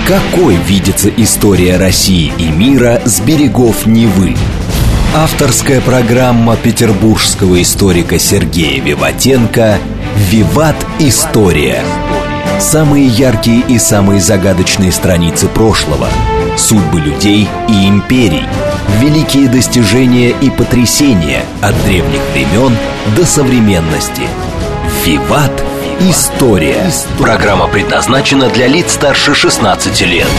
Какой видится история России и мира с берегов Невы? Авторская программа петербургского историка Сергея Виватенко «Виват. История». Самые яркие и самые загадочные страницы прошлого, судьбы людей и империй, великие достижения и потрясения от древних времен до современности. «Виват. История». Программа предназначена для лиц старше 16 лет.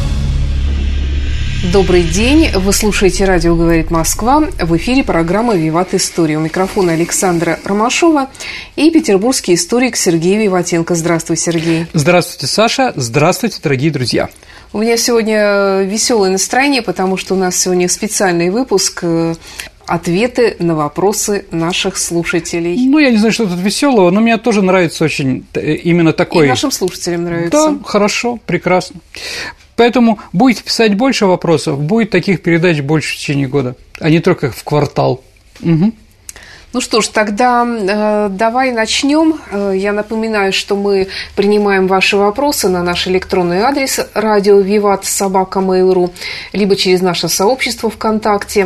Добрый день. Вы слушаете «Радио говорит Москва». В эфире программа «Виват. История». У микрофона Александра Ромашова и петербургский историк Сергей Виватенко. Здравствуй, Сергей. Здравствуйте, Саша. Здравствуйте, дорогие друзья. У меня сегодня веселое настроение, потому что у нас сегодня специальный выпуск «Ответы на вопросы наших слушателей». Ну, я не знаю, что тут веселого, но мне тоже нравится очень именно такой... И нашим слушателям нравится. Да, хорошо, прекрасно. Поэтому будете писать больше вопросов, будет таких передач больше в течение года, а не только в квартал. Угу. Ну что ж, тогда давай начнем. Я напоминаю, что мы принимаем ваши вопросы на наш электронный адрес radio@vivat.mail.ru, либо через наше сообщество ВКонтакте.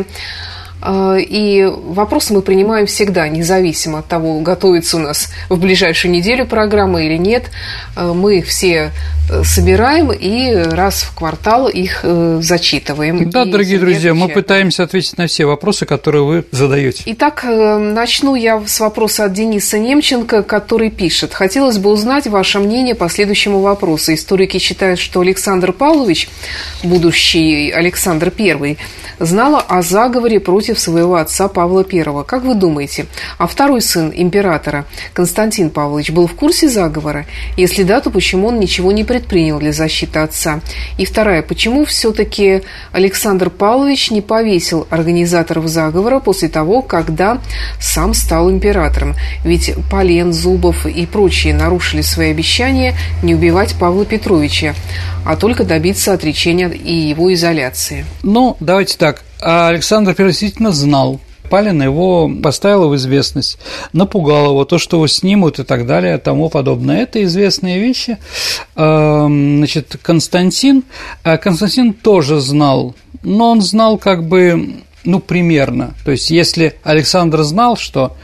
И вопросы мы принимаем всегда, независимо от того, готовится у нас в ближайшую неделю программа или нет. Мы их все собираем и раз в квартал их зачитываем. Да, дорогие друзья, мы пытаемся ответить на все вопросы, которые вы задаете. Итак, начну я с вопроса от Дениса Немченко, который пишет: хотелось бы узнать ваше мнение по следующему вопросу. Историки считают, что Александр Павлович, будущий Александр I, знал о заговоре против своего отца Павла I. Как вы думаете, а второй сын императора, Константин Павлович, был в курсе заговора? Если да, то почему он ничего не предпринял для защиты отца? И вторая, почему все-таки Александр Павлович не повесил организаторов заговора после того, когда сам стал императором? Ведь Полен, Зубов и прочие нарушили свои обещания не убивать Павла Петровича, а только добиться отречения и его изоляции. Ну, давайте так. Александр I действительно знал. Палин его поставила в известность, напугал его, то, что его снимут и так далее, тому подобное. Это известные вещи. Значит, Константин тоже знал, но он знал как бы, ну, примерно. То есть, если Александр знал, что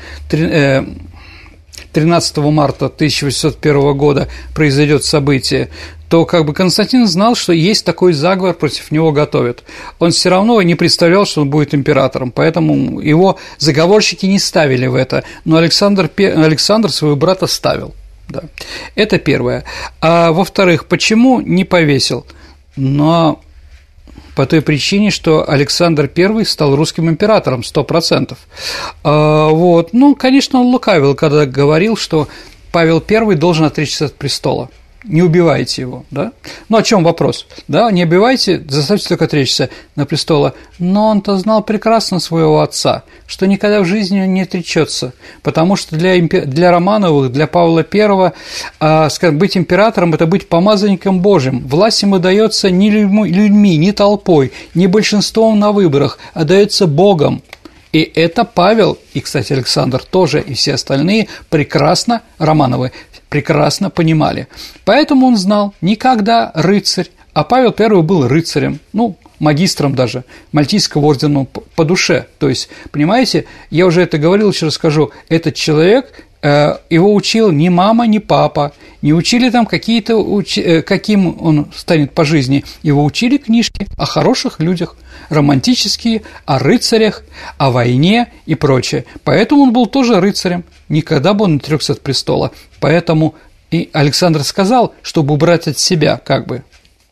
13 марта 1801 года произойдет событие, то как бы Константин знал, что есть такой заговор, против него готовят. Он все равно не представлял, что он будет императором, поэтому его заговорщики не ставили в это, но Александр своего брата ставил. Да. Это первое. А во-вторых, почему не повесил? Но по той причине, что Александр I стал русским императором 100%. Вот. Ну, конечно, он лукавил, когда говорил, что Павел I должен отречься от престола. Не убивайте его, да? Ну, о чем вопрос? Да, не убивайте, заставьте только отречься на престола. Но он-то знал прекрасно своего отца, что никогда в жизни он не отречется, потому что для Романовых, для Павла I, скажем, быть императором – это быть помазанником Божьим. Власть ему дается не людьми, не толпой, не большинством на выборах, а дается Богом. И это Павел, и, кстати, Александр тоже, и все остальные прекрасно, Романовы, прекрасно понимали. Поэтому он знал, никогда рыцарь, а Павел I был рыцарем, ну, магистром даже, Мальтийского ордена по душе. То есть, понимаете, я уже это говорил, еще расскажу, этот человек, его учил ни мама, ни папа, не учили там каким он станет по жизни, его учили книжки о хороших людях, романтические, о рыцарях, о войне и прочее. Поэтому он был тоже рыцарем, никогда бы он не отрекся от престола. Поэтому и Александр сказал, чтобы убрать от себя как бы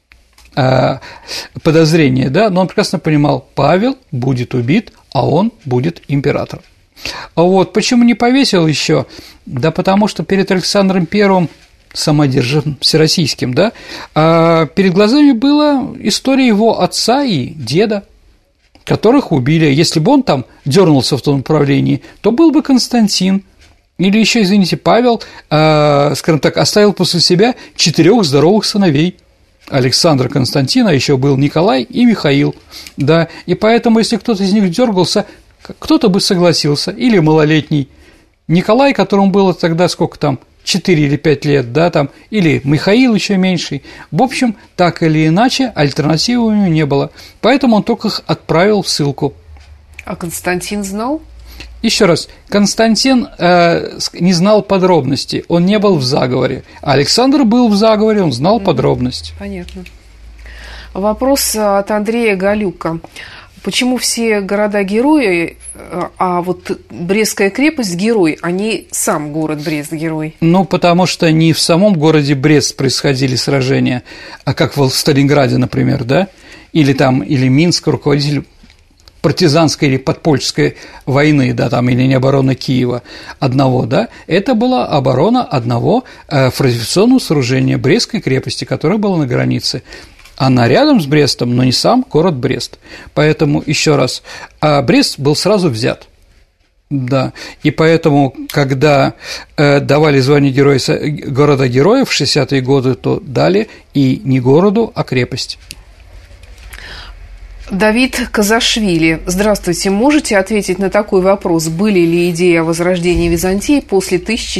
подозрение, да, но он прекрасно понимал, Павел будет убит, а он будет императором. Вот почему не повесил еще? Да потому что перед Александром I, самодержавным всероссийским, да, перед глазами была история его отца и деда, которых убили. Если бы он там дернулся в том направлении, то был бы Константин. Или еще, извините, Павел, скажем так, оставил после себя 4 здоровых сыновей. Александр, Константин, а еще был Николай и Михаил. Да, и поэтому, если кто-то из них дергался, кто-то бы согласился, или малолетний Николай, которому было тогда сколько там, 4 или 5 лет, да, там, или Михаил еще меньший. В общем, так или иначе, альтернативы у него не было. Поэтому он только их отправил в ссылку. А Константин знал? Еще раз, Константин не знал подробностей, он не был в заговоре. А Александр был в заговоре, он знал подробности. Понятно. Вопрос от Андрея Галюка. Почему все города-герои, а вот Брестская крепость – герой, а не сам город Брест – герой? Ну, потому что не в самом городе Брест происходили сражения, а как в Сталинграде, например, да? Или там, или Минск, руководитель партизанской или подпольской войны, да, там, или не оборона Киева одного, да, это была оборона одного фортификационного сооружения Брестской крепости, которое было на границе. Она рядом с Брестом, но не сам город Брест. Поэтому, еще раз, Брест был сразу взят. Да, и поэтому, когда давали звание города-героя в 60-е годы, то дали и не городу, а крепости. Давид Казашвили. Здравствуйте. Можете ответить на такой вопрос? Были ли идеи о возрождении Византии после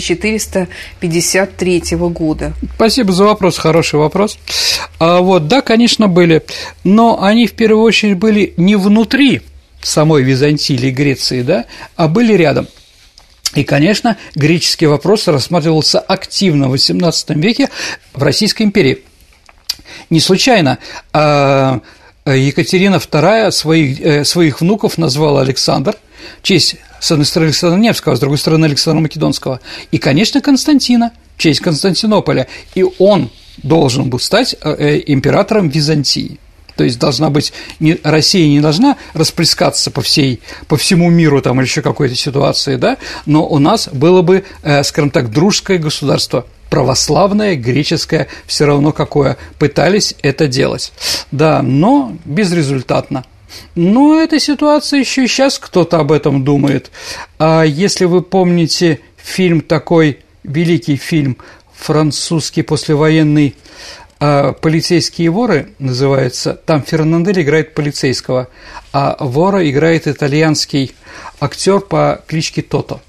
1453 года? Спасибо за вопрос, хороший вопрос. Да, конечно, были, но они в первую очередь были не внутри самой Византии или Греции, да, а были рядом. И, конечно, греческий вопрос рассматривался активно в XVIII веке в Российской империи. Не случайно Екатерина II своих внуков назвала Александр, в честь, с одной стороны, Александра Невского, с другой стороны, Александра Македонского, и, конечно, Константина, в честь Константинополя, и он должен был стать императором Византии. То есть Россия не должна расплескаться по всему миру там, или еще какой-то ситуации, да, но у нас было бы, скажем так, дружеское государство, православное, греческое, все равно какое, пытались это делать, да, но безрезультатно. Но эта ситуация еще и сейчас кто-то об этом думает. А если вы помните фильм такой, великий фильм французский послевоенный «Полицейские воры» называется, там Фернандель играет полицейского, а вора играет итальянский актер по кличке Тото.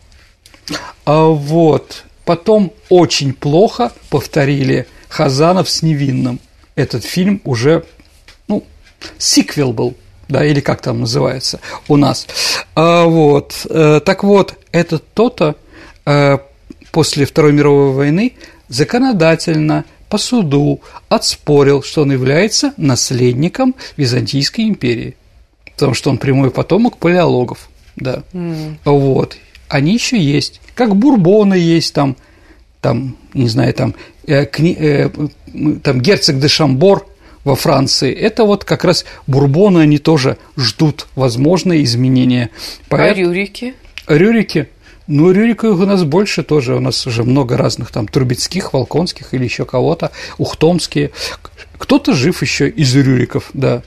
Потом очень плохо повторили «Хазанов с невинным». Этот фильм уже, сиквел был, да, или как там называется у нас. Так вот, этот Тото после Второй мировой войны законодательно по суду отспорил, что он является наследником Византийской империи, потому что он прямой потомок палеологов, да. Они еще есть, как бурбоны есть, там не знаю, там герцог де Шамбор во Франции, это вот как раз бурбоны, они тоже ждут возможные изменения. А Рюрики? Рюрики? Рюриков у нас больше тоже, у нас уже много разных, там, Трубецких, Волконских или еще кого-то, Ухтомские, кто-то жив еще из Рюриков, да.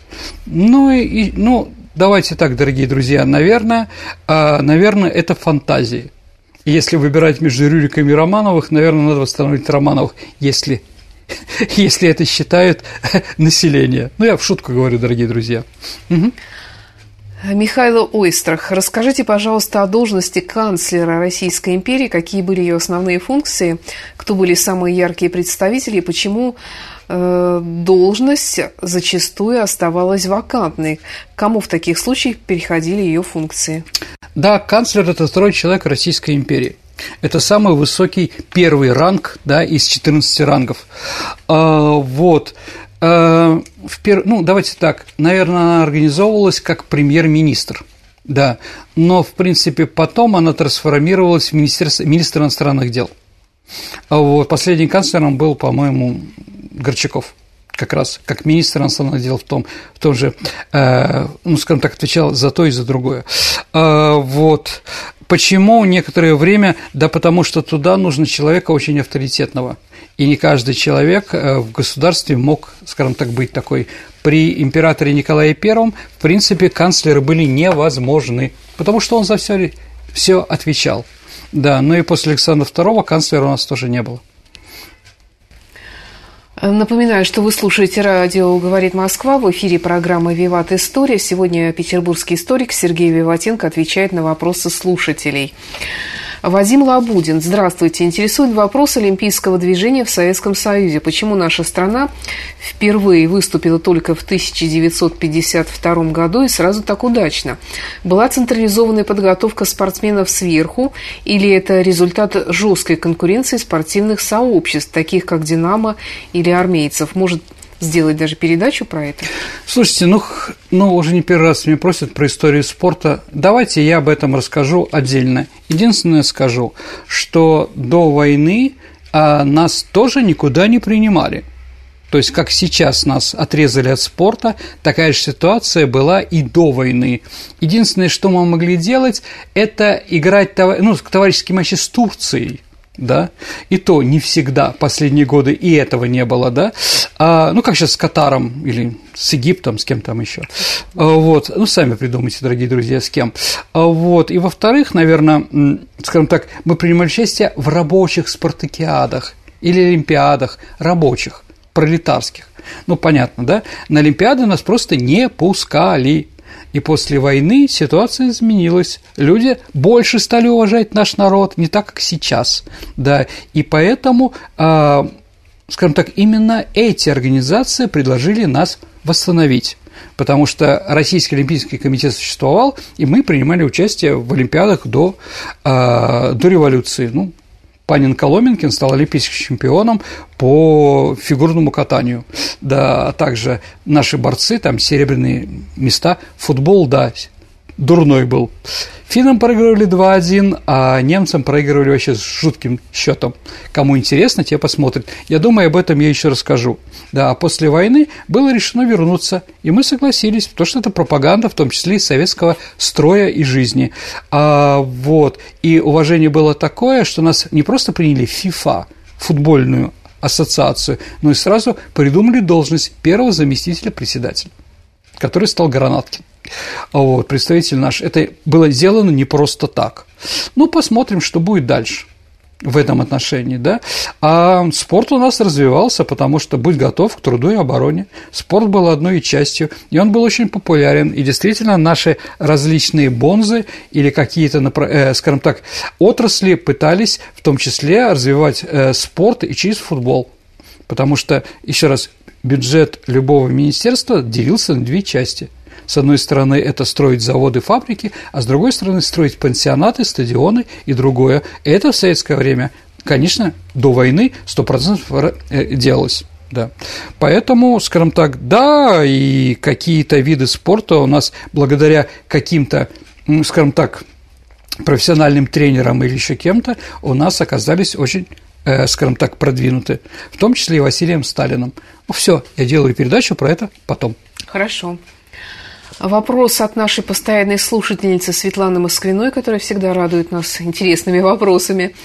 Давайте так, дорогие друзья, наверное, это фантазии. Если выбирать между Рюриками и Романовых, наверное, надо восстановить Романовых, если это считает население. Я в шутку говорю, дорогие друзья. Угу. Михаил Ойстрах, расскажите, пожалуйста, о должности канцлера Российской империи, какие были ее основные функции, кто были самые яркие представители и почему должность зачастую оставалась вакантной, кому в таких случаях переходили ее функции? Да, канцлер – это второй человек Российской империи. Это самый высокий первый ранг, да, из 14 рангов. Давайте так, наверное, она организовывалась как премьер-министр, да, но, в принципе, потом она трансформировалась в министр иностранных дел. Последним канцлером был, по-моему, Горчаков, как раз, как министр иностранных дел в том же, скажем так, отвечал за то и за другое. Почему некоторое время? Да потому что туда нужно человека очень авторитетного. И не каждый человек в государстве мог, скажем так, быть такой. При императоре Николае I, в принципе, канцлеры были невозможны, потому что он за все отвечал. Да, и после Александра II канцлера у нас тоже не было. Напоминаю, что вы слушаете радио «Говорит Москва». В эфире программа «Виват. История». Сегодня петербургский историк Сергей Виватенко отвечает на вопросы слушателей. Вадим Лабудин. Здравствуйте. Интересует вопрос олимпийского движения в Советском Союзе. Почему наша страна впервые выступила только в 1952 году и сразу так удачно? Была централизованная подготовка спортсменов сверху или это результат жесткой конкуренции спортивных сообществ, таких как «Динамо» или армейцев? Может сделать даже передачу про это? Слушайте, уже не первый раз меня просят про историю спорта. Давайте я об этом расскажу отдельно. Единственное скажу, что до войны нас тоже никуда не принимали. То есть, как сейчас нас отрезали от спорта, такая же ситуация была и до войны. Единственное, что мы могли делать, это играть товарищеские матчи с Турцией. Да, и то не всегда, последние годы и этого не было, да, как сейчас с Катаром или с Египтом, с кем там еще, сами придумайте, дорогие друзья, с кем, и во-вторых, наверное, скажем так, мы принимали участие в рабочих спартакиадах или олимпиадах рабочих, пролетарских, понятно, да, на олимпиады нас просто не пускали. И после войны ситуация изменилась. Люди больше стали уважать наш народ, не так, как сейчас. Да. И поэтому, скажем так, именно эти организации предложили нас восстановить. Потому что Российский олимпийский комитет существовал, и мы принимали участие в олимпиадах до революции. Панин Коломенкин стал олимпийским чемпионом по фигурному катанию, да, а также наши борцы, там серебряные места, футбол, да, дурной был. Финнам проигрывали 2-1, а немцам проигрывали вообще с жутким счетом. Кому интересно, те посмотрят. Я думаю, об этом я еще расскажу. Да, а после войны было решено вернуться, и мы согласились, потому что это пропаганда, в том числе и советского строя и жизни. И уважение было такое, что нас не просто приняли в ФИФА, футбольную ассоциацию, но и сразу придумали должность первого заместителя председателя, который стал Гранаткин. Представитель наш. Это было сделано не просто так. Посмотрим, что будет дальше в этом отношении, да. А спорт у нас развивался, потому что будь готов к труду и обороне. Спорт был одной частью, и он был очень популярен. И действительно, наши различные бонзы или какие-то, скажем так, отрасли пытались в том числе развивать спорт и через футбол. Потому что, еще раз, бюджет любого министерства делился на две части. С одной стороны, это строить заводы, фабрики, а с другой стороны, строить пансионаты, стадионы и другое. Это в советское время, конечно, до войны 100% делалось. Да. Поэтому, скажем так, да, и какие-то виды спорта у нас благодаря каким-то, скажем так, профессиональным тренерам или еще кем-то у нас оказались очень, скажем так, продвинуты, в том числе и Василием Сталиным. Все, я делаю передачу про это потом. Хорошо. Вопрос от нашей постоянной слушательницы Светланы Москвиной, которая всегда радует нас интересными вопросами.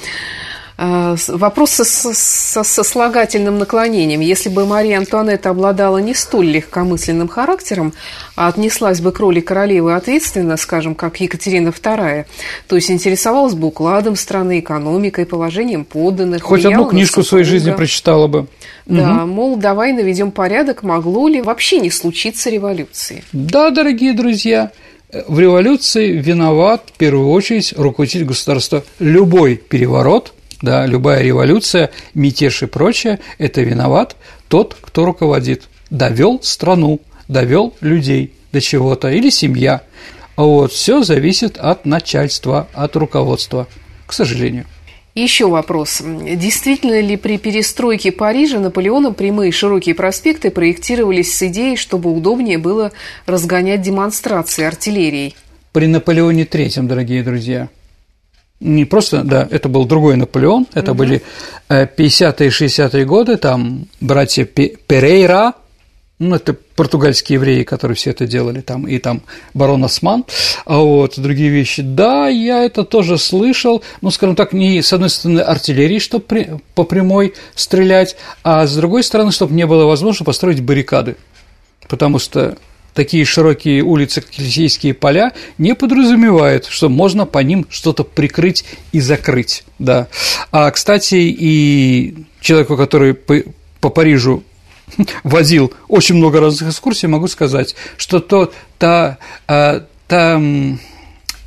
Вопрос со слагательным наклонением. Если бы Мария Антуанетта обладала не столь легкомысленным характером, а отнеслась бы к роли королевы ответственно, скажем, как Екатерина II, то есть интересовалась бы укладом страны, экономикой, положением подданных. Хоть одну книжку в своей жизни прочитала бы. Да, мол, давай наведем порядок, могло ли вообще не случиться революции? Да, дорогие друзья, в революции виноват в первую очередь руководитель государства. Любой переворот, да, любая революция, мятеж и прочее, это виноват тот, кто руководит. Довел страну, довел людей до чего-то, или семья. Все зависит от начальства, от руководства, к сожалению. Еще вопрос. Действительно ли при перестройке Парижа Наполеоном прямые широкие проспекты проектировались с идеей, чтобы удобнее было разгонять демонстрации артиллерией? При Наполеоне III, дорогие друзья. Не просто, да, это был другой Наполеон, это были 50-е и 60-е годы, там братья Перейра, это португальские евреи, которые все это делали, там, и там барон Осман, другие вещи. Да, я это тоже слышал, скажем так, не с одной стороны артиллерии, чтобы по прямой стрелять, а с другой стороны, чтобы не было возможно построить баррикады, потому что такие широкие улицы, как Елисейские поля, не подразумевают, что можно по ним что-то прикрыть и закрыть, да. А, кстати, и человеку, который по Парижу водил очень много разных экскурсий, могу сказать, что та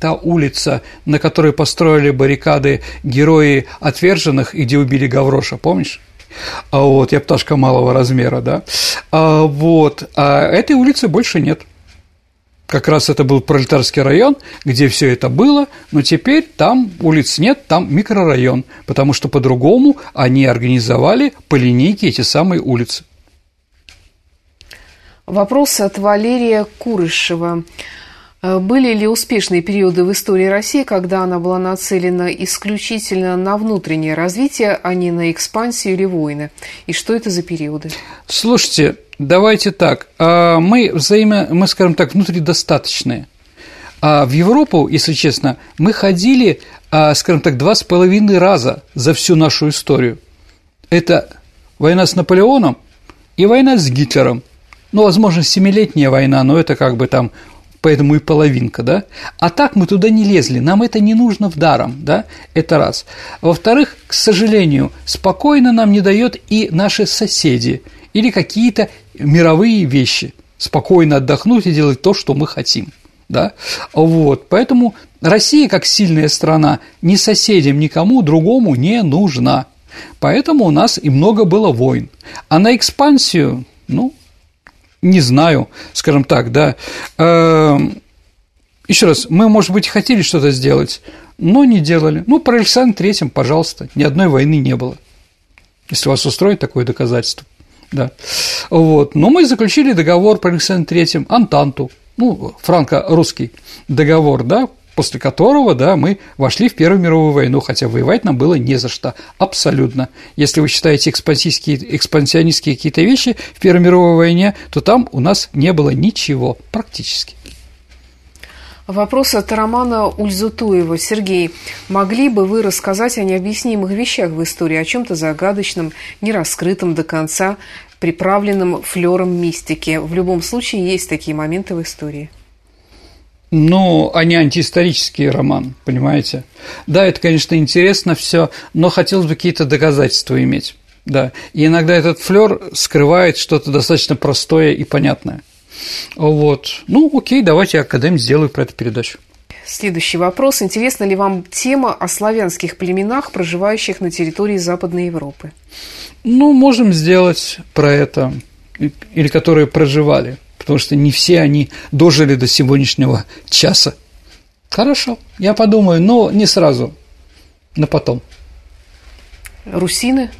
та улица, на которой построили баррикады герои отверженных и где убили Гавроша, помнишь? Я пташка малого размера, да? А этой улицы больше нет. Как раз это был пролетарский район, где все это было, но теперь там улиц нет, там микрорайон, потому что по-другому они организовали по линейке эти самые улицы. Вопрос от Валерия Курышева. Были ли успешные периоды в истории России, когда она была нацелена исключительно на внутреннее развитие, а не на экспансию или войны? И что это за периоды? Слушайте, давайте так. Мы, скажем так, внутридостаточные. А в Европу, если честно, мы ходили, скажем так, 2,5 раза за всю нашу историю. Это война с Наполеоном и война с Гитлером. Возможно, 7-летняя война, но это как бы там, поэтому и половинка, да? А так мы туда не лезли, нам это не нужно вдаром, да? Это раз. Во-вторых, к сожалению, спокойно нам не дает и наши соседи или какие-то мировые вещи. Спокойно отдохнуть и делать то, что мы хотим, да? Поэтому Россия, как сильная страна, ни соседям, никому другому не нужна. Поэтому у нас и много было войн. А на экспансию, не знаю, скажем так, да. Еще раз, мы, может быть, хотели что-то сделать, но не делали. Про Александра Третьего, пожалуйста, ни одной войны не было, если вас устроит такое доказательство, да. Но мы заключили договор про Александра Третьего, Антанту, франко-русский договор, да, после которого, да, мы вошли в Первую мировую войну, хотя воевать нам было не за что, абсолютно. Если вы считаете экспансионистские какие-то вещи в Первой мировой войне, то там у нас не было ничего практически. Вопрос от Романа Ульзутуева. Сергей, могли бы вы рассказать о необъяснимых вещах в истории, о чем-то загадочном, нераскрытом до конца, приправленном флером мистики? В любом случае, есть такие моменты в истории. Они антиисторические, Роман, понимаете? Да, это, конечно, интересно все, но хотелось бы какие-то доказательства иметь, да. И иногда этот флёр скрывает что-то достаточно простое и понятное. Окей, давайте я когда-нибудь сделаю про это передачу. Следующий вопрос. Интересна ли вам тема о славянских племенах, проживающих на территории Западной Европы? Можем сделать про это, или которые проживали. Потому что не все они дожили до сегодняшнего часа. Хорошо, я подумаю, но не сразу, но потом. Русины?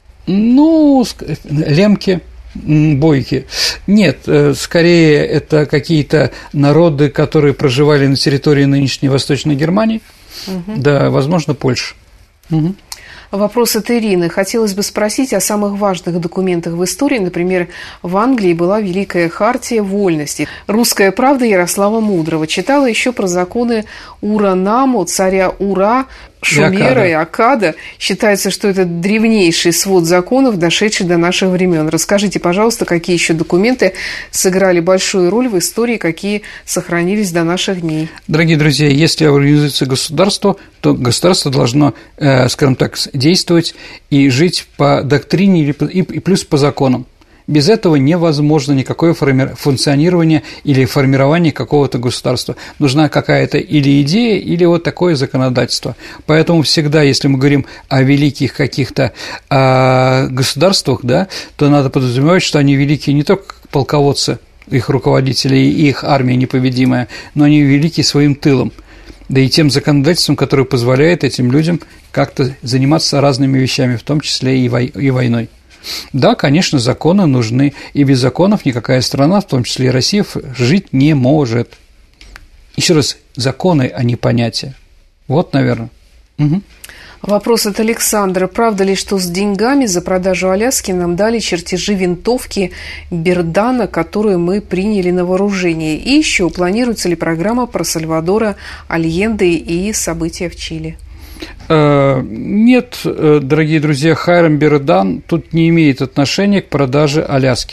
Лемки, бойки. Нет, скорее это какие-то народы, которые проживали на территории нынешней Восточной Германии, да, возможно, Польши. Вопрос от Ирины. Хотелось бы спросить о самых важных документах в истории. Например, в Англии была Великая Хартия Вольности. Русская правда Ярослава Мудрого. Читала еще про законы Ура-Наму, царя Ура, Шумера и Аккада. Считается, что это древнейший свод законов, дошедший до наших времен. Расскажите, пожалуйста, какие еще документы сыграли большую роль в истории, какие сохранились до наших дней. Дорогие друзья, если организуется государство, то государство должно, скажем так, действовать и жить по доктрине и плюс по законам. Без этого невозможно никакое функционирование или формирование какого-то государства. Нужна какая-то или идея, или такое законодательство. Поэтому всегда, если мы говорим о великих каких-то государствах, да, то надо подразумевать, что они великие не только полководцы, их руководители и их армия непобедимая, но они велики своим тылом. Да и тем законодательством, которое позволяет этим людям как-то заниматься разными вещами, в том числе и войной. Да, конечно, законы нужны, и без законов никакая страна, в том числе и Россия, жить не может. Еще раз, законы, а не понятия. Наверное. Вопрос от Александра. Правда ли, что с деньгами за продажу Аляски нам дали чертежи винтовки Бердана, которую мы приняли на вооружение? И еще, планируется ли программа про Сальвадора Альенде и события в Чили? Нет, дорогие друзья, Хайрам Бердан тут не имеет отношения к продаже Аляски.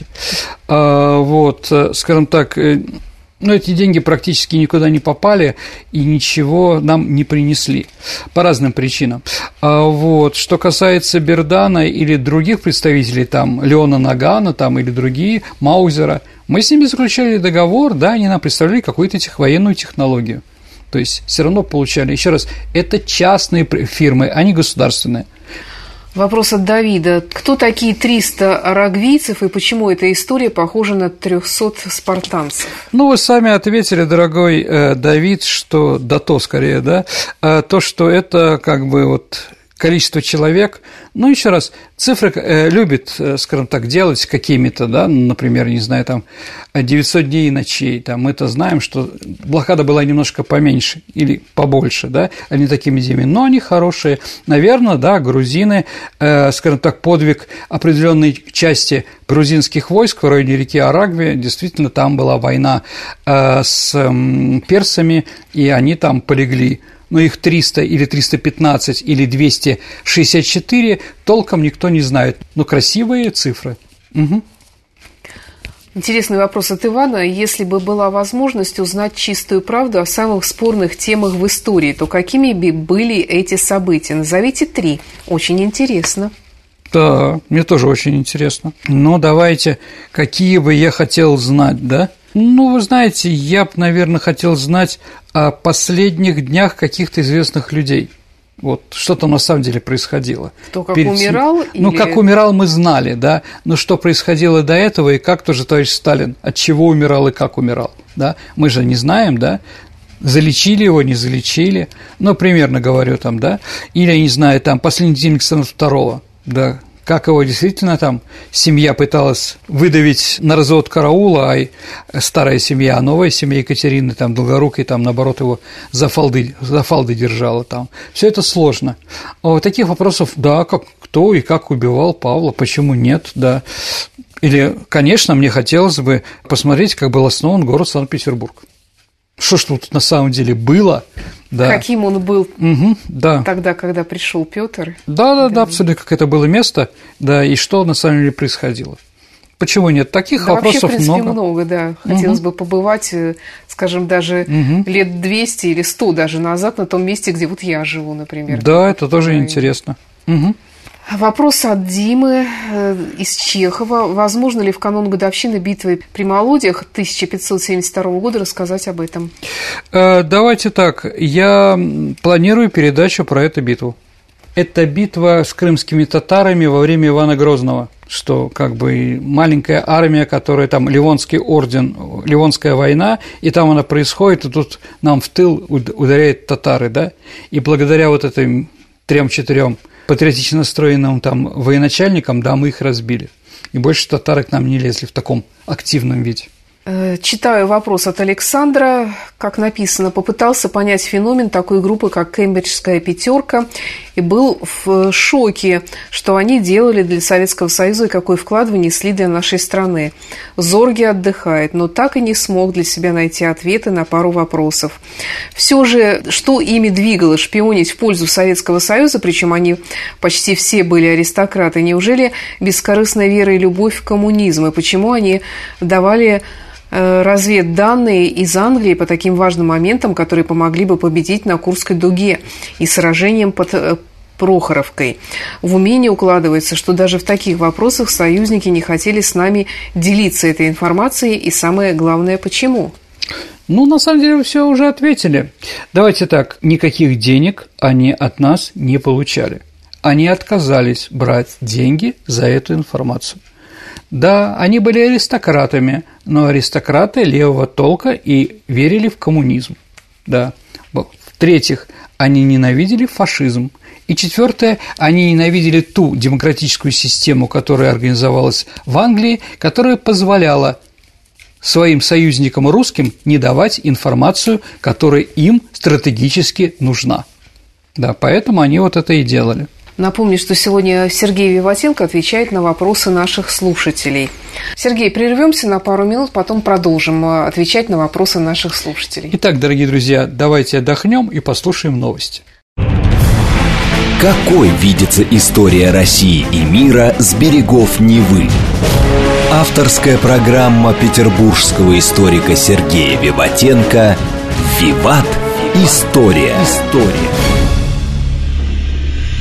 Скажем так, эти деньги практически никуда не попали и ничего нам не принесли по разным причинам. Что касается Бердана или других представителей, там, Леона Нагана там, или другие, Маузера, мы с ними заключали договор, да, они нам представляли какую-то военную технологию. То есть все равно получали. Еще раз, это частные фирмы, а не государственные. Вопрос от Давида. Кто такие 300 арагвийцев и почему эта история похожа на 300 спартанцев? Ну, вы сами ответили, дорогой Давид, что скорее, да, то, что это как бы вот количество человек. Ну, еще раз, цифры любят, скажем так, делать какими-то, да, например, не знаю, там, 900 дней и ночей, там, мы-то знаем, что блокада была немножко поменьше или побольше, да, а не такими зимами, но они хорошие. Наверное, да, грузины, скажем так, подвиг определенной части грузинских войск в районе реки Арагви, действительно, там была война с персами, и они там полегли. Но их 300 или 315 или 264 толком никто не знает. Но красивые цифры. Угу. Интересный вопрос от Ивана. Если бы была возможность узнать чистую правду о самых спорных темах в истории, то какими бы были эти события? Назовите 3. Очень интересно. Да, мне тоже очень интересно. Но давайте, какие бы я хотел знать, да? Ну, вы знаете, я бы, наверное, хотел знать о последних днях каких-то известных людей. Вот, что там на самом деле происходило. Кто как умирал? Ну, как умирал, мы знали, да, но что происходило до этого, и как тоже товарищ Сталин, от чего умирал и как умирал, да, мы же не знаем, да, залечили его, не залечили, ну, примерно говорю там, да, или, я не знаю, там, последний день Александра II, да, как его действительно там семья пыталась выдавить на развод караула, а старая семья, а новая семья Екатерины, там, Долгорукой, там, наоборот, его за фалды держала там. Все это сложно. А вот таких вопросов, да, как, кто и как убивал Павла, почему нет, да. Или, конечно, мне хотелось бы посмотреть, как был основан город Санкт-Петербург. Что ж тут на самом деле было? Да. Каким он был да. тогда, когда пришел Петр? Да, абсолютно, как это было место, да, и что на самом деле происходило. Почему нет? Таких вопросов вообще, в принципе, много, да. Хотелось бы побывать, скажем, даже лет 200 или 100 даже назад на том месте, где вот я живу, например. Да, это тоже интересно. Вопрос от Димы из Чехова. Возможно ли в канун годовщины битвы при Молодьях 1572 года рассказать об этом? Давайте так. Я планирую передачу про эту битву. Это битва с крымскими татарами во время Ивана Грозного, что как бы маленькая армия, которая там Ливонский орден, Ливонская война, и там она происходит, и тут нам в тыл ударяют татары, да, и благодаря вот этим 3-4 патриотично настроенным там военачальникам, да, мы их разбили. И больше татары к нам не лезли в таком активном виде. Читаю вопрос от Александра. Как написано, попытался понять феномен такой группы, как Кембриджская пятерка, и был в шоке, что они делали для Советского Союза и какой вклад внесли для нашей страны. Зорги отдыхает, но так и не смог для себя найти ответы на пару вопросов. Все же, что ими двигало шпионить в пользу Советского Союза, причем они почти все были аристократы, неужели бескорыстная вера и любовь к коммунизму, и почему они давали разведданные из Англии по таким важным моментам, которые помогли бы победить на Курской дуге и сражением под Прохоровкой. В уме не укладывается, что даже в таких вопросах союзники не хотели с нами делиться этой информацией, и самое главное, почему? Ну, на самом деле, вы все уже ответили. Давайте так, никаких денег они от нас не получали. Они отказались брать деньги за эту информацию. Да, они были аристократами, но аристократы левого толка и верили в коммунизм. Да. В-третьих, они ненавидели фашизм. И четвертое, они ненавидели ту демократическую систему, которая организовалась в Англии, которая позволяла своим союзникам русским не давать информацию, которая им стратегически нужна. Да, поэтому они вот это и делали. Напомню, что сегодня Сергей Виватенко отвечает на вопросы наших слушателей. Сергей, прервемся на пару минут, потом продолжим отвечать на вопросы наших слушателей. Итак, дорогие друзья, давайте отдохнем и послушаем новости. Какой видится история России и мира с берегов Невы? Авторская программа петербургского историка Сергея Виватенко «Виват. История».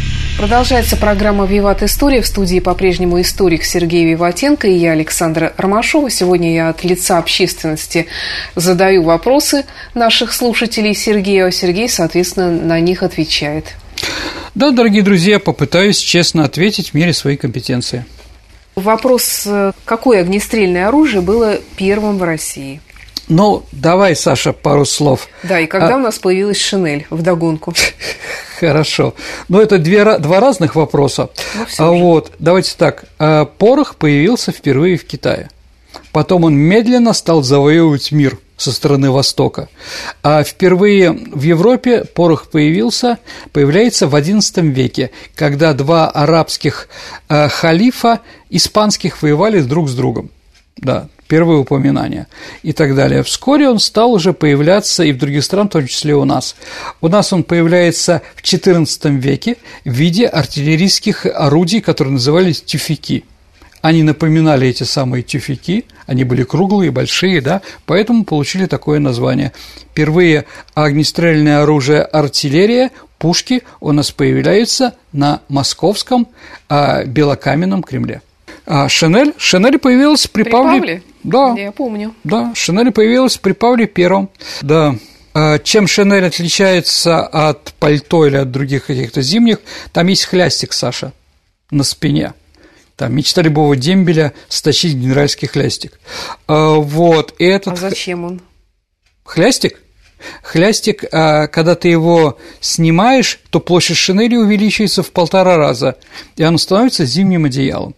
Продолжается программа «Виват. История». В студии по-прежнему историк Сергей Виватенко и я, Александра Ромашова. Сегодня я от лица общественности задаю вопросы наших слушателей Сергею, а Сергей, соответственно, на них отвечает. Да, дорогие друзья, попытаюсь честно ответить в мере своей компетенции. Вопрос: какое огнестрельное оружие было первым в России? Ну, давай, Саша, пару слов. Да, и когда у нас появилась шинель вдогонку? Хорошо. Но это два разных вопроса. Вот, давайте так. Порох появился впервые в Китае. Потом он медленно стал завоевывать мир со стороны Востока. А впервые в Европе порох появляется в XI веке, когда два арабских халифа испанских воевали друг с другом. Да, первые упоминания и так далее. Вскоре он стал уже появляться и в других странах, в том числе у нас. У нас он появляется в XIV веке в виде артиллерийских орудий, которые назывались тюфяки. Они напоминали эти самые тюфяки, они были круглые, большие, да, поэтому получили такое название. Впервые огнестрельное оружие артиллерия, пушки у нас появляются на московском белокаменном Кремле. А Шинель появилась при Павле. Да, я помню. Да, Шинель появилась при Павле I. Да. Чем Шинель отличается от пальто или от других каких-то зимних? Там есть хлястик, Саша, на спине. Там мечта любого дембеля стащить генеральский хлястик. Вот, и этот... А зачем он? Хлястик? Хлястик, когда ты его снимаешь, то площадь шинели увеличивается в 1,5 раза, и оно становится зимним одеялом.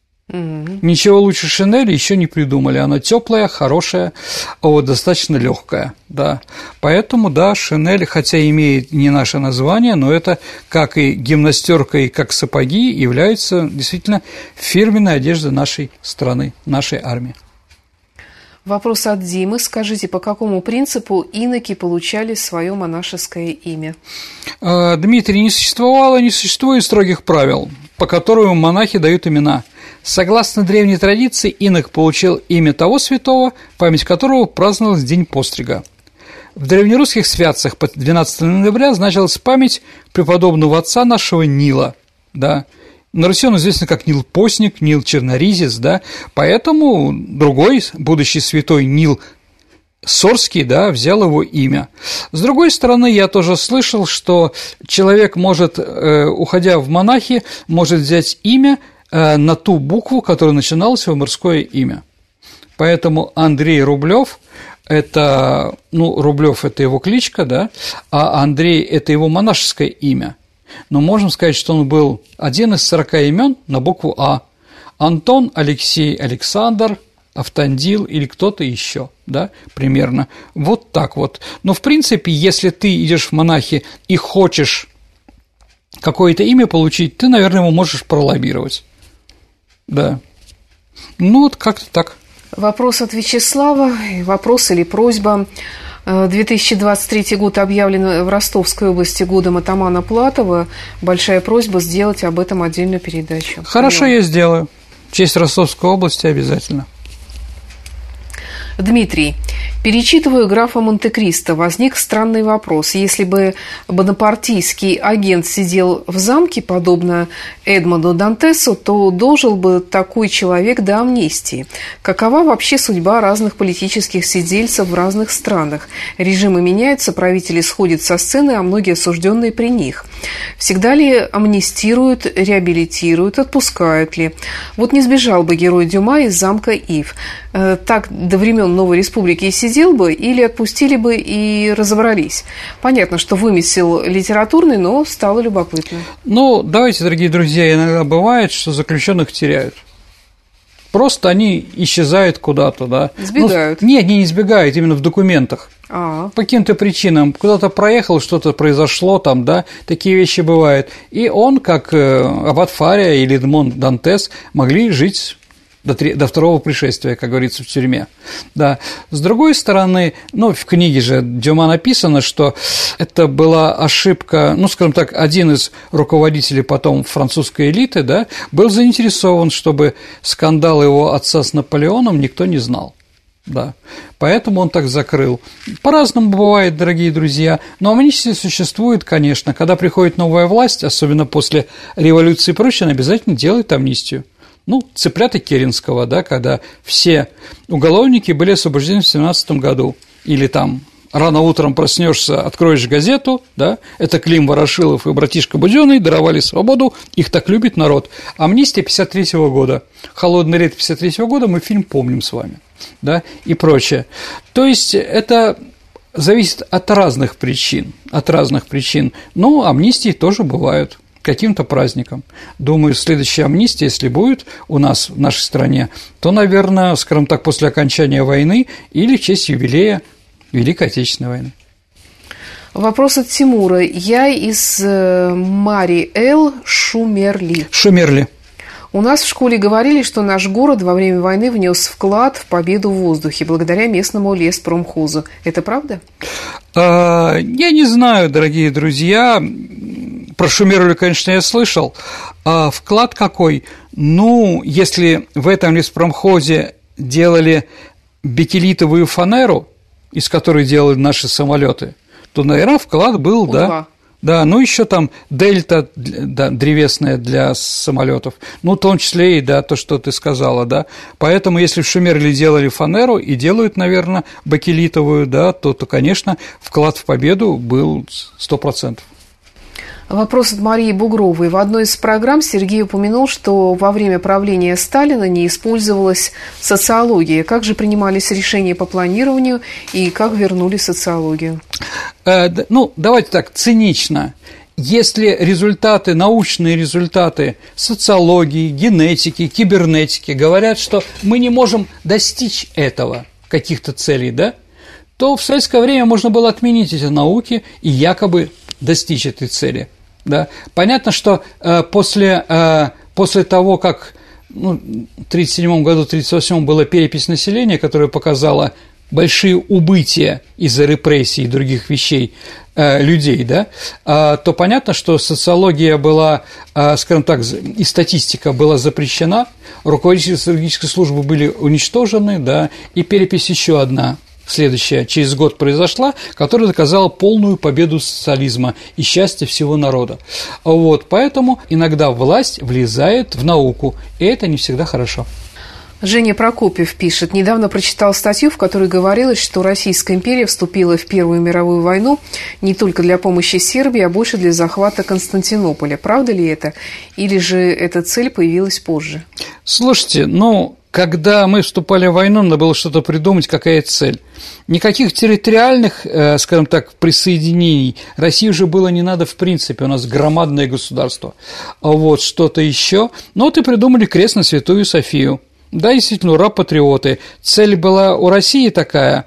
Ничего лучше шинели еще не придумали. Она теплая, хорошая, вот, достаточно легкая, да. Поэтому, да, шинель, хотя имеет не наше название, но это, как и гимнастерка, и как сапоги, является действительно фирменной одеждой нашей страны, нашей армии. Вопрос от Димы. Скажите, по какому принципу иноки получали свое монашеское имя? Дмитрий, не существует строгих правил, по которым монахи дают имена. Согласно древней традиции, инок получил имя того святого, память которого праздновалась День пострига. В древнерусских святцах по 12 ноября значилась память преподобного отца нашего Нила, да. На Руси он известен как Нил Постник, Нил Черноризец, да, поэтому другой будущий святой Нил Сорский, да, взял его имя. С другой стороны, я тоже слышал, что человек может, уходя в монахи, может взять имя на ту букву, которая начиналась его морское имя. Поэтому Андрей Рублев – это, Рублев – это его кличка, да, а Андрей – это его монашеское имя. Но можно сказать, что он был один из 40 имен на букву А. Антон, Алексей, Александр, Автандил или кто-то еще, да, примерно. Вот так вот. Но, в принципе, если ты идешь в монахи и хочешь какое-то имя получить, ты, наверное, его можешь пролоббировать. Да. Вот как-то так. Вопрос от Вячеслава. Вопрос или просьба. 2023 год объявлен в Ростовской области годом атамана Платова. Большая просьба сделать об этом отдельную передачу. Хорошо, я сделаю. В честь Ростовской области обязательно. Дмитрий, перечитываю графа Монте-Кристо. Возник странный вопрос. Если бы бонапартийский агент сидел в замке, подобно Эдмонду Дантесу, то дожил бы такой человек до амнистии. Какова вообще судьба разных политических сидельцев в разных странах? Режимы меняются, правители сходят со сцены, а многие осужденные при них. Всегда ли амнистируют, реабилитируют, отпускают ли? Вот не сбежал бы герой Дюма из замка Ив. Так до времен Новой Республики и сидел бы, или отпустили бы и разобрались? Понятно, что вымысел литературный, но стало любопытно. Давайте, дорогие друзья, иногда бывает, что заключенных теряют. Просто они исчезают куда-то, да. Сбегают. Нет, не избегают, именно в документах. По каким-то причинам куда-то проехал, что-то произошло там, да, такие вещи бывают. И он, как аббат Фария или Эдмонд Дантес, могли жить до второго пришествия, как говорится, в тюрьме. Да. С другой стороны, в книге же Дюма написано, что это была ошибка, скажем так, один из руководителей потом французской элиты, да, был заинтересован, чтобы скандал его отца с Наполеоном никто не знал. Да, поэтому он так закрыл. По-разному бывает, дорогие друзья, но амнистия существует, конечно. Когда приходит новая власть, особенно после революции и прочее, она обязательно делает амнистию. Ну, цыплята Керенского, да, когда все уголовники были освобождены в 17 году, или там рано утром проснешься, откроешь газету, да, это Клим Ворошилов и братишка Будённый даровали свободу, их так любит народ. Амнистия 53-го года, холодное лето 53-го года, мы фильм помним с вами, да, и прочее. То есть это зависит от разных причин, но амнистии тоже бывают каким-то праздником. Думаю, следующая амнистия, если будет у нас в нашей стране, то, наверное, скажем так, после окончания войны или в честь юбилея Великой Отечественной войны. Вопрос от Тимура. Я из Мари-Эл, Шумерли. У нас в школе говорили, что наш город во время войны внес вклад в победу в воздухе благодаря местному леспромхозу. Это правда? Я не знаю, дорогие друзья. Про Шумерлю, конечно, я слышал. А вклад какой? Ну, если в этом леспромхозе делали бекелитовую фанеру, из которой делали наши самолеты, то, наверное, вклад был, да. Да, ну еще там дельта, да, древесная для самолетов, ну, в том числе и, да, то, что ты сказала, да. Поэтому, если в Шумерле делали фанеру и делают, наверное, бакелитовую, да, то, конечно, вклад в победу был 100%. Вопрос от Марии Бугровой. В одной из программ Сергей упомянул, что во время правления Сталина не использовалась социология. Как же принимались решения по планированию и как вернули социологию? Ну, давайте так, цинично. Если результаты, научные результаты социологии, генетики, кибернетики говорят, что мы не можем достичь этого, каких-то целей, да, то в советское время можно было отменить эти науки и якобы достичь этой цели. Да. Понятно, что после того, как в 1937 году, в 1938 была перепись населения, которая показала большие убытия из-за репрессий и других вещей людей, да, то понятно, что социология была, скажем так, и статистика была запрещена, руководители социологической службы были уничтожены, да, и перепись еще одна, следующая, через год произошла, которая доказала полную победу социализма и счастье всего народа. Вот, поэтому иногда власть влезает в науку, и это не всегда хорошо. Женя Прокопьев пишет. Недавно прочитал статью, в которой говорилось, что Российская империя вступила в Первую мировую войну не только для помощи Сербии, а больше для захвата Константинополя. Правда ли это? Или же эта цель появилась позже? Слушайте, когда мы вступали в войну, надо было что-то придумать, какая цель. Никаких территориальных, скажем так, присоединений России уже было не надо в принципе, у нас громадное государство. Вот, что-то еще. Но и придумали крест на Святую Софию. Да, действительно, ура, патриоты. Цель была у России такая.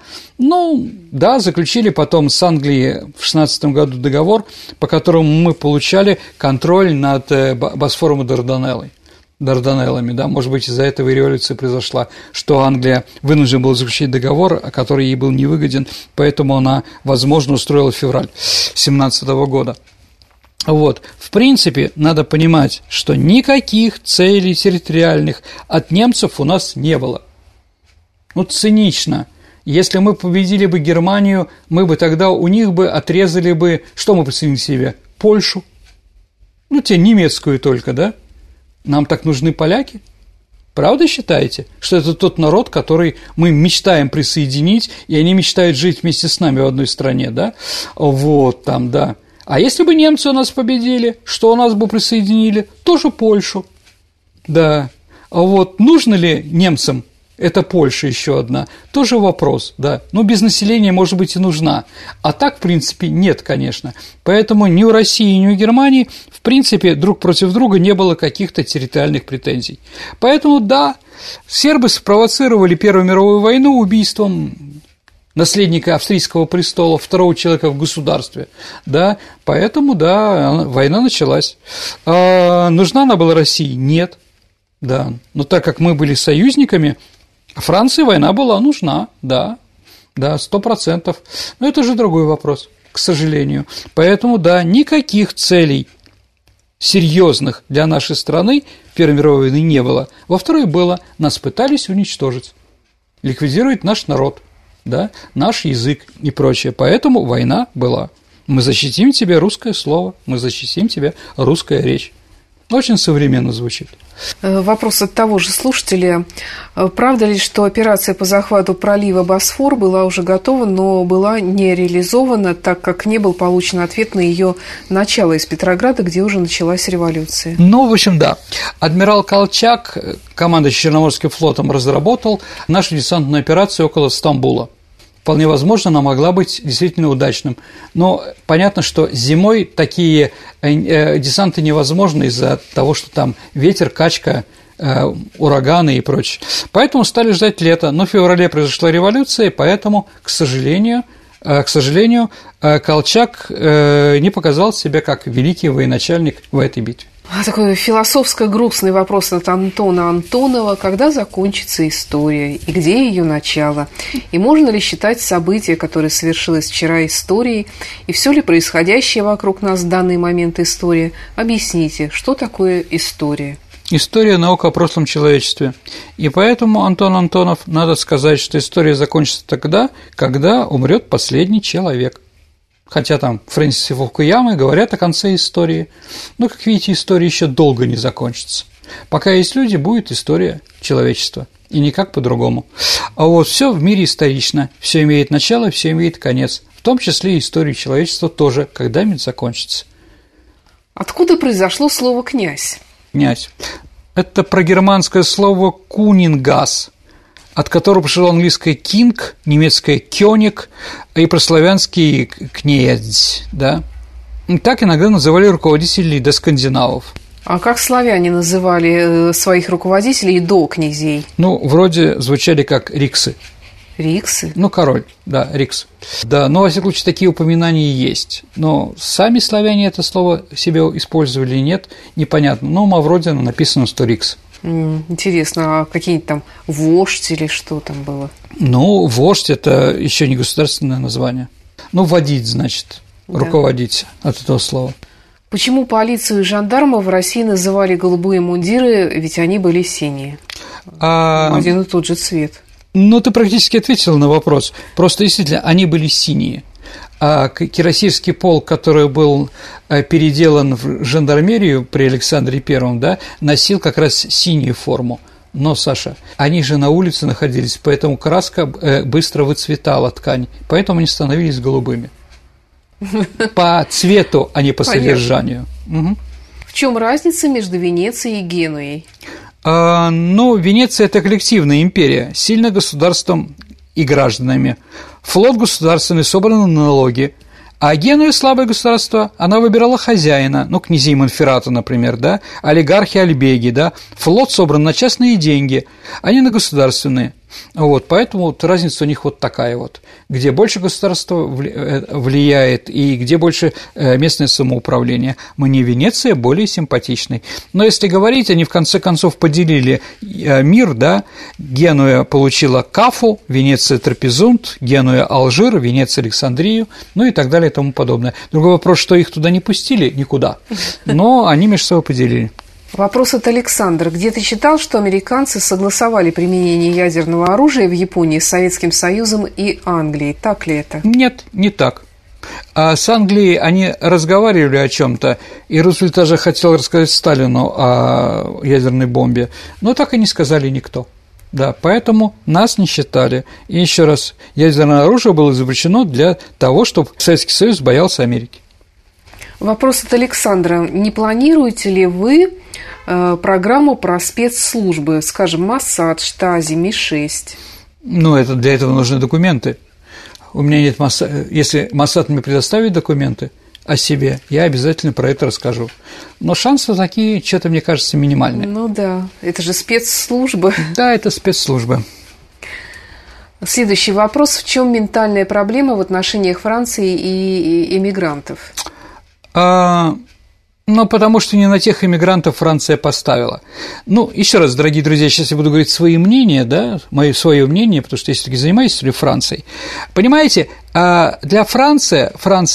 Да, заключили потом с Англией в 16 году договор, по которому мы получали контроль над Босфором и Дарданеллами, да, может быть, из-за этого и революция произошла, что Англия вынуждена была заключить договор, который ей был невыгоден, поэтому она, возможно, устроила февраль 17 года. Вот, в принципе, надо понимать, что никаких целей территориальных от немцев у нас не было. Цинично. Если мы победили бы Германию, мы бы тогда у них бы отрезали бы, что мы присоединили себе? Польшу. Те немецкую только, да? Нам так нужны поляки? Правда считаете, что это тот народ, который мы мечтаем присоединить, и они мечтают жить вместе с нами в одной стране, да? Вот там, да. А если бы немцы у нас победили, что у нас бы присоединили? Тоже Польшу. Да. А вот нужно ли немцам эта Польша еще одна? Тоже вопрос, да. Без населения, может быть, и нужна. А так, в принципе, нет, конечно. Поэтому ни у России, ни у Германии, в принципе, друг против друга не было каких-то территориальных претензий. Поэтому, да, сербы спровоцировали Первую мировую войну убийством наследника австрийского престола, второго человека в государстве, да, поэтому, да, война началась. Нужна она была России? Нет, да, но так как мы были союзниками, Франции война была нужна, да, 100%, но это же другой вопрос, к сожалению, поэтому, да, никаких целей серьезных для нашей страны в Первой мировой войны не было, во Второй было, нас пытались уничтожить. ликвидировать наш народ, да, наш язык и прочее. Поэтому война была. Мы защитим тебе русское слово, мы защитим тебе русская речь. Очень современно звучит. Вопрос от того же слушателя. Правда ли, что операция по захвату пролива Босфор была уже готова, но была не реализована, так как не был получен ответ на ее начало из Петрограда, где уже началась революция? Ну, в общем, да. Адмирал Колчак, командующий Черноморским флотом, разработал нашу десантную операцию около Стамбула. Вполне возможно, она могла быть действительно удачным. Но понятно, что зимой такие десанты невозможны из-за того, что там ветер, качка, ураганы и прочее. Поэтому стали ждать лета. Но в феврале произошла революция, и поэтому, к сожалению, Колчак не показал себя как великий военачальник в этой битве. Такой философско-грустный вопрос от Антона Антонова. Когда закончится история и где ее начало? И можно ли считать событие, которое совершилось вчера, историей? И все ли происходящее вокруг нас в данный момент история? Объясните, что такое история? История – наука о прошлом человечестве. И поэтому, Антон Антонов, надо сказать, что история закончится тогда, когда умрет последний человек. Хотя там Фрэнсис и Фукуяма говорят о конце истории. Но, как видите, история еще долго не закончится. Пока есть люди, будет история человечества. И никак по-другому. А вот все в мире исторично. Все имеет начало, все имеет конец. В том числе и история человечества тоже когда-нибудь закончится. Откуда произошло слово «князь»? Князь. Это прогерманское слово «кунингас», от которого пришло английское «king», немецкое «кёник» и прославянский «князь», да. Так иногда называли руководителей до скандинавов. А как славяне называли своих руководителей до князей? Ну, вроде звучали как риксы. Риксы? Ну, король, да, рикс. Да, но, во всяком случае, такие упоминания есть. Но сами славяне это слово себе использовали или нет, непонятно. Но у Мавродина написано, что рикс. Интересно, а какие-нибудь там вождь или что там было? Ну, вождь – это еще не государственное название. Ну, водить, значит, да. Руководить от этого слова. Почему полицию и жандармов в России называли голубые мундиры, ведь они были синие? Один и тот же цвет. Ну, ты практически ответил на вопрос. Просто действительно, они были синие. А кирасирский полк, который был переделан в жандармерию при Александре I, да, носил как раз синюю форму. Но, Саша, они же на улице находились, поэтому краска быстро выцветала ткань, поэтому они становились голубыми. По цвету, а не по содержанию. Угу. В чем разница между Венецией и Генуей? Ну, Венеция – это коллективная империя, сильно государством и гражданами. Флот государственный, собраны налоги. А Генуя – слабое государство, она выбирала хозяина, ну, князей Монферрата, например, да, олигархи Альбеги, да. Флот собран на частные деньги, а не на государственные. Вот, поэтому вот разница у них вот такая вот, где больше государство влияет и где больше местное самоуправление. Мне Венеция более симпатичной. Но если говорить, они в конце концов поделили мир, да, Генуя получила Кафу, Венеция Трапезунд, Генуя Алжир, Венеция Александрию, ну и так далее и тому подобное. Другой вопрос, что их туда не пустили никуда, но они между собой поделили. Вопрос от Александра. Где ты читал, что американцы согласовали применение ядерного оружия в Японии с Советским Союзом и Англией? Так ли это? Нет, не так. А с Англией они разговаривали о чем-то, и Рузвельт даже хотел рассказать Сталину о ядерной бомбе, но так и не сказали никто. Да, поэтому нас не считали. И еще раз, ядерное оружие было изобретено для того, чтобы Советский Союз боялся Америки. Вопрос от Александра. Не планируете ли вы программу про спецслужбы, скажем, Моссад, Штази, Ми-6? Ну, для этого нужны документы. У меня нет Моссада. Если Моссад мне предоставит документы о себе, я обязательно про это расскажу. Но шансы такие, что-то, мне кажется, минимальные. Ну да, это же спецслужбы. Да, это спецслужбы. Следующий вопрос. В чем ментальная проблема в отношениях Франции и эмигрантов? Ну, потому что не на тех иммигрантов Франция поставила. Ну, еще раз, дорогие друзья, сейчас я буду говорить свои мнения, да, свое мнение, потому что я все-таки занимаюсь историей Франции. Понимаете, для Франция,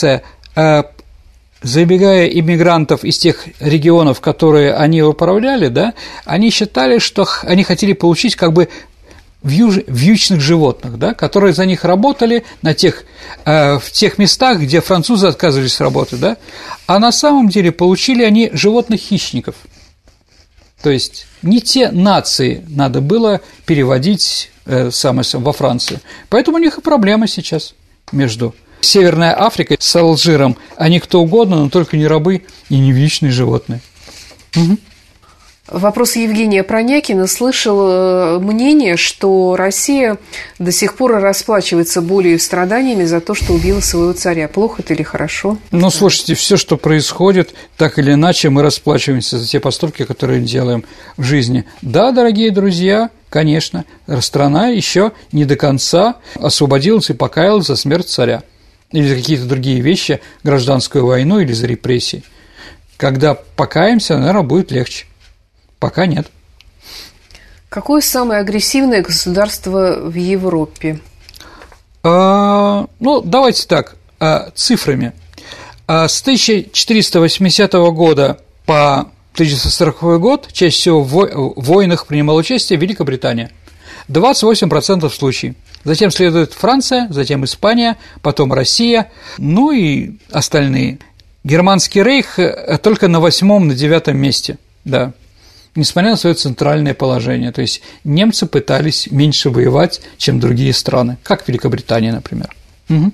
забегая иммигрантов из тех регионов, которые они управляли, да, они считали, что они хотели получить как бы вьючных животных, да, которые за них работали в тех местах, где французы отказывались работать, да, а на самом деле получили они животных-хищников. То есть не те нации надо было переводить во Францию. Поэтому у них и проблема сейчас между Северной Африкой с Алжиром. Они кто угодно, но только не рабы и не вьючные животные. Угу. Вопрос Евгения Пронякина. Слышал мнение, что Россия до сих пор расплачивается болью и страданиями за то, что убила своего царя. Плохо это или хорошо? Ну, слушайте, все, что происходит, так или иначе мы расплачиваемся за те поступки, которые делаем в жизни. Да, дорогие друзья, конечно, страна еще не до конца освободилась и покаялась за смерть царя или за какие-то другие вещи, гражданскую войну или за репрессии. Когда покаемся, наверное, будет легче. Пока нет. Какое самое агрессивное государство в Европе? Ну, давайте так, цифрами. С 1480 года по 1940 год чаще всего в войнах принимала участие Великобритания. 28% случаев. Затем следует Франция, затем Испания, потом Россия, ну и остальные. Германский рейх только на 8-м, на 9-м месте, да. Несмотря на свое центральное положение. То есть немцы пытались меньше воевать, чем другие страны, как Великобритания, например. Угу.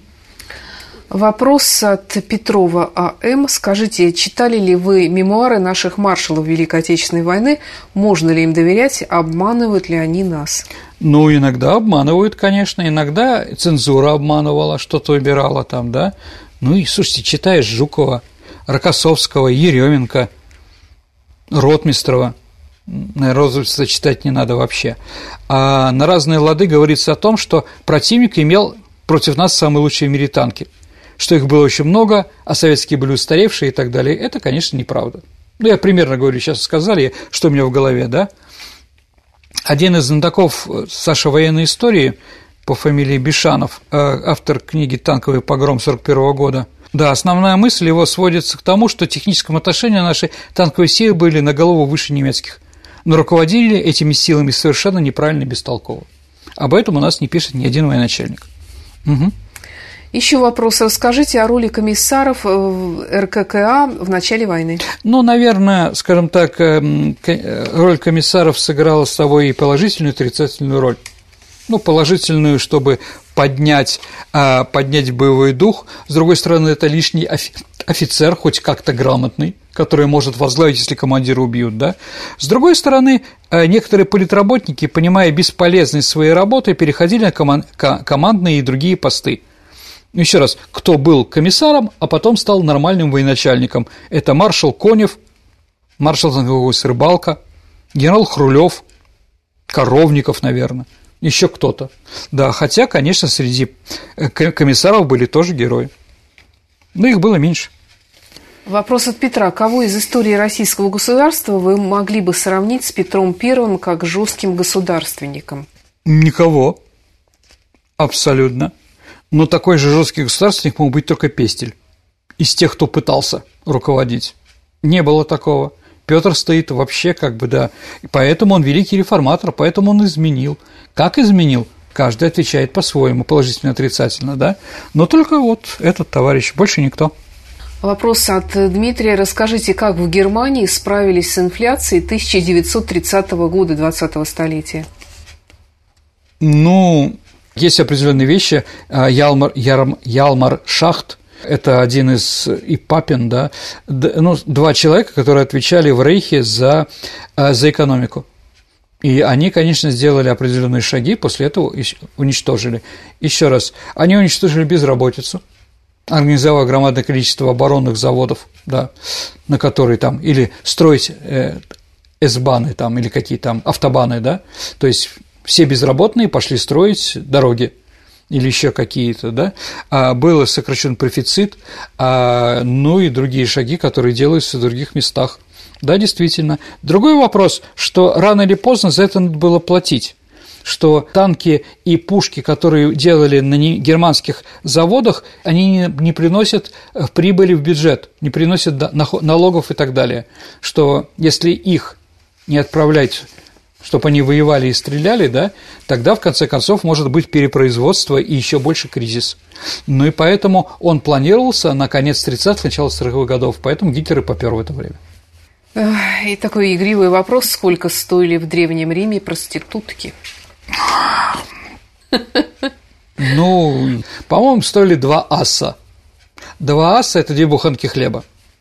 Вопрос от Петрова А.М. Скажите, читали ли вы мемуары наших маршалов Великой Отечественной войны? Можно ли им доверять? Обманывают ли они нас? Ну, иногда обманывают, конечно. Иногда цензура обманывала, что-то выбирала там, да. Ну и, слушайте, читаешь Жукова, Рокоссовского, Еременко, Ротмистрова. Розовца читать не надо вообще. А на разные лады говорится о том, что противник имел против нас самые лучшие в мире танки, что их было очень много, а советские были устаревшие и так далее. Это, конечно, неправда. Ну, я примерно говорю, сейчас сказали, что у меня в голове, да. Один из знатоков Саши военной истории по фамилии Бишанов, автор книги «Танковый погром» 1941 года, да, основная мысль его сводится к тому, что в техническом отношении наши танковые силы были на голову выше немецких, но руководили этими силами совершенно неправильно и бестолково. Об этом у нас не пишет ни один военачальник. Угу. Еще вопрос. Расскажите о роли комиссаров в РККА в начале войны. Ну, наверное, скажем так, роль комиссаров сыграла с собой и положительную, и отрицательную роль. Ну, положительную, чтобы поднять боевой дух. С другой стороны, это лишний офицер, хоть как-то грамотный, который может возглавить, если командира убьют, да. С другой стороны, некоторые политработники, понимая бесполезность своей работы, переходили на командные и другие посты. Еще раз, кто был комиссаром, а потом стал нормальным военачальником? Это маршал Конев, маршал танковой Рыбалка, генерал Хрулев, Коровников, наверное, еще кто-то. Да, хотя, конечно, среди комиссаров были тоже герои, но их было меньше. Вопрос от Петра. Кого из истории российского государства вы могли бы сравнить с Петром I как жестким государственником? Никого. Абсолютно. Но такой же жесткий государственник мог быть только Пестель. Из тех, кто пытался руководить. Не было такого. Петр стоит вообще как бы, да. И поэтому он великий реформатор, поэтому он изменил. Как изменил? Каждый отвечает по-своему, положительно, отрицательно, да. Но только вот этот товарищ, больше никто. Вопрос от Дмитрия. Расскажите, как в Германии справились с инфляцией 1930 года 20-го столетия? Ну, есть определенные вещи. Ялмар Шахт – это один из и Папин, да, ну, два человека, которые отвечали в Рейхе за экономику. И они, конечно, сделали определенные шаги, после этого уничтожили. Еще раз, они уничтожили безработицу, организовав громадное количество оборонных заводов, да, на которые там, или строить эсбаны там, или какие там автобаны, да, то есть все безработные пошли строить дороги или еще какие-то, да, был сокращен профицит, ну и другие шаги, которые делаются в других местах. Да, действительно. Другой вопрос, что рано или поздно за это надо было платить, что танки и пушки, которые делали на германских заводах, они не приносят прибыли в бюджет, не приносят налогов и так далее, что если их не отправлять чтобы они воевали и стреляли, да, тогда, в конце концов, может быть перепроизводство и еще больше кризис. Ну и поэтому он планировался на конец 30-х, начало 40-х годов, поэтому Гитлер и попер в это время. И такой игривый вопрос: сколько стоили в Древнем Риме проститутки? Ну, по-моему, стоили 2 аса. 2 аса – это 2 буханки хлеба.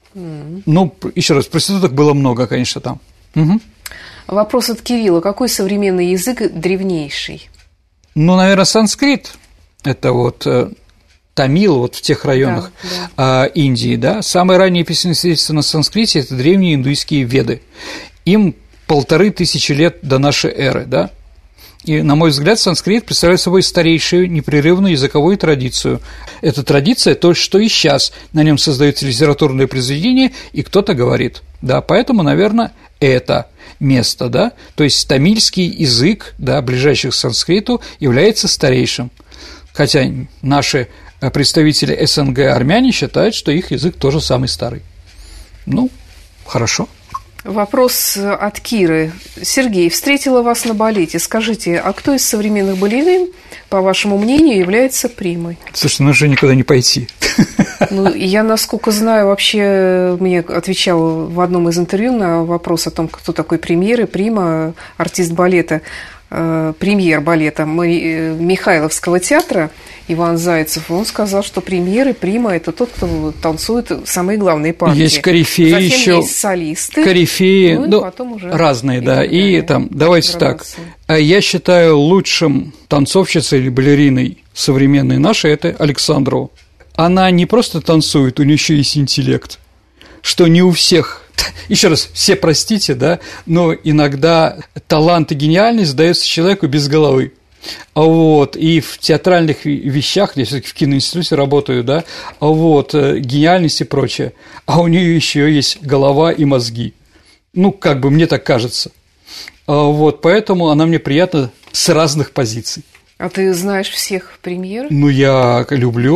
Ну, еще раз, проституток было много, конечно, там. Угу. Вопрос от Кирилла. Какой современный язык древнейший? Ну, наверное, санскрит. Это вот тамил, вот в тех районах Индии, да. Самые ранние письменные свидетельства на санскрите – это древние индуистские веды. Им 1500 лет до нашей эры, да. И, на мой взгляд, санскрит представляет собой старейшую непрерывную языковую традицию. Эта традиция – то, что и сейчас на нем создаются литературные произведения, и кто-то говорит. Да, поэтому, наверное, это место, да, то есть тамильский язык, да, ближайший к санскриту, является старейшим. Хотя наши представители СНГ армяне считают, что их язык тоже самый старый. Ну, хорошо. Вопрос от Киры. Сергей, встретила вас на балете. Скажите, а кто из современных балерин, по вашему мнению, является примой? Слушай, ну же никуда не пойти. Ну, я, насколько знаю, вообще мне отвечал в одном из интервью на вопрос о том, кто такой премьер и прима, артист балета, премьер балета Михайловского театра Иван Зайцев. Он сказал, что премьер и прима – это тот, кто танцует самые главные партии. Есть корифеи, затем еще есть солисты, корифеи, ну, и потом уже разные, да. И там, давайте градации. так. Я считаю, лучшим танцовщицей или балериной современной нашей – это Александрова. Она не просто танцует, у нее еще есть интеллект, что не у всех. Еще раз, все простите, да, но иногда талант и гениальность дается человеку без головы. Вот, и в театральных вещах, я все-таки в киноинституте работаю, да, вот, гениальность и прочее, а у нее еще есть голова и мозги. Ну, как бы мне так кажется. Вот, поэтому она мне приятна с разных позиций. А ты знаешь всех премьер? Ну, я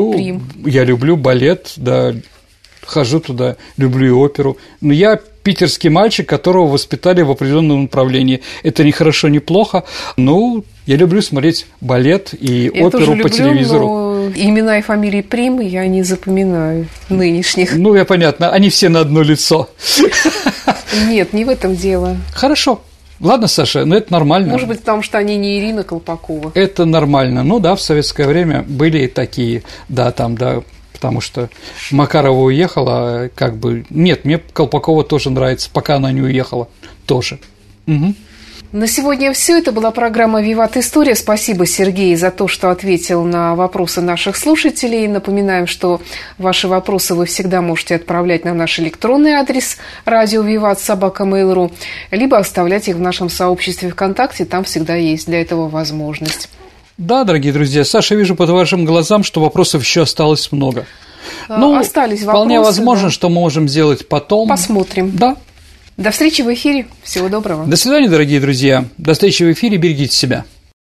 люблю балет, да, хожу туда, люблю и оперу. Но я питерский мальчик, которого воспитали в определенном направлении. Это не хорошо, не плохо, но я люблю смотреть балет и я оперу тоже по люблю, телевизору. Но имена и фамилии примы я не запоминаю нынешних. Ну, я понятно, они все на одно лицо. Нет, не в этом дело. Хорошо. Ладно, Саша, но это нормально. Может быть, потому что они не Ирина Колпакова. Это нормально. Ну да, в советское время были и такие, да, там, да, потому что Макарова уехала, как бы… Нет, мне Колпакова тоже нравится, пока она не уехала, тоже. Угу. На сегодня все. Это была программа «Виват История». Спасибо, Сергей, за то, что ответил на вопросы наших слушателей. Напоминаем, что ваши вопросы вы всегда можете отправлять на наш электронный адрес radiovivat@mail.ru, либо оставлять их в нашем сообществе ВКонтакте, там всегда есть для этого возможность. Да, дорогие друзья, Саша, вижу по вашим глазам, что вопросов еще осталось много. Ну, остались вопросы. Вполне возможно, да, что мы можем сделать потом. Посмотрим. Да. До встречи в эфире. Всего доброго. До свидания, дорогие друзья. До встречи в эфире. Берегите себя.